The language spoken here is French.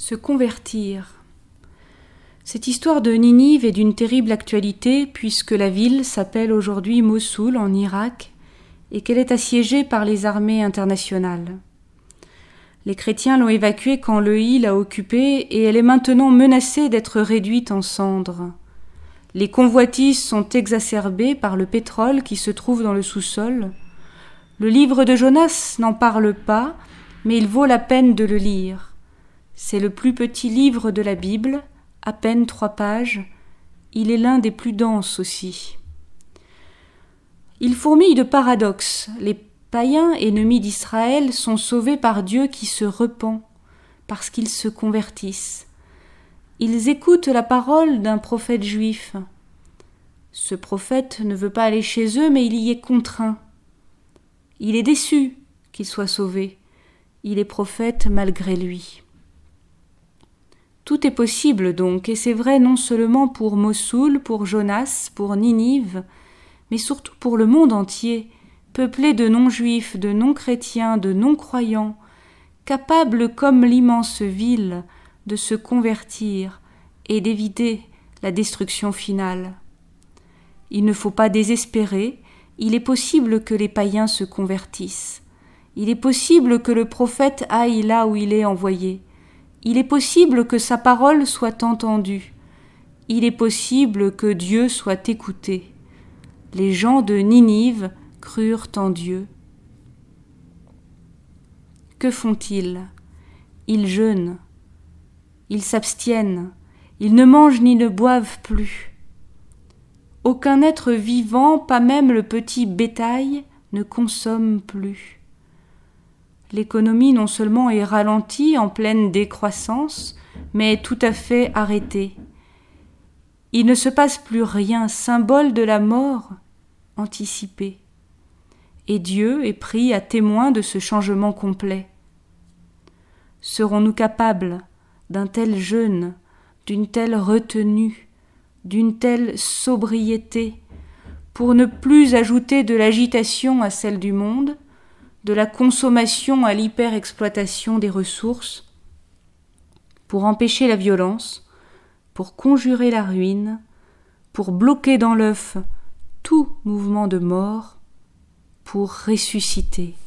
Se convertir. Cette histoire de Ninive est d'une terrible actualité puisque la ville s'appelle aujourd'hui Mossoul en Irak et qu'elle est assiégée par les armées internationales. Les chrétiens l'ont évacuée quand l'EI l'a occupée et elle est maintenant menacée d'être réduite en cendres. Les convoitises sont exacerbées par le pétrole qui se trouve dans le sous-sol. Le livre de Jonas n'en parle pas, mais il vaut la peine de le lire. C'est le plus petit livre de la Bible, à peine 3 pages. Il est l'un des plus denses aussi. Il fourmille de paradoxes. Les païens ennemis d'Israël sont sauvés par Dieu qui se repent, parce qu'ils se convertissent. Ils écoutent la parole d'un prophète juif. Ce prophète ne veut pas aller chez eux, mais il y est contraint. Il est déçu qu'ils soient sauvés. Il est prophète malgré lui. Tout est possible donc, et c'est vrai non seulement pour Mossoul, pour Jonas, pour Ninive, mais surtout pour le monde entier, peuplé de non-juifs, de non-chrétiens, de non-croyants, capables comme l'immense ville de se convertir et d'éviter la destruction finale. Il ne faut pas désespérer, il est possible que les païens se convertissent. Il est possible que le prophète aille là où il est envoyé. Il est possible que sa parole soit entendue. Il est possible que Dieu soit écouté. Les gens de Ninive crurent en Dieu. Que font-ils ? Ils jeûnent. Ils s'abstiennent. Ils ne mangent ni ne boivent plus. Aucun être vivant, pas même le petit bétail, ne consomme plus. L'économie non seulement est ralentie, en pleine décroissance, mais tout à fait arrêtée. Il ne se passe plus rien, symbole de la mort anticipée. Et Dieu est pris à témoin de ce changement complet. Serons-nous capables d'un tel jeûne, d'une telle retenue, d'une telle sobriété, pour ne plus ajouter de l'agitation à celle du monde, de la consommation à l'hyper-exploitation des ressources, pour empêcher la violence, pour conjurer la ruine, pour bloquer dans l'œuf tout mouvement de mort, pour ressusciter.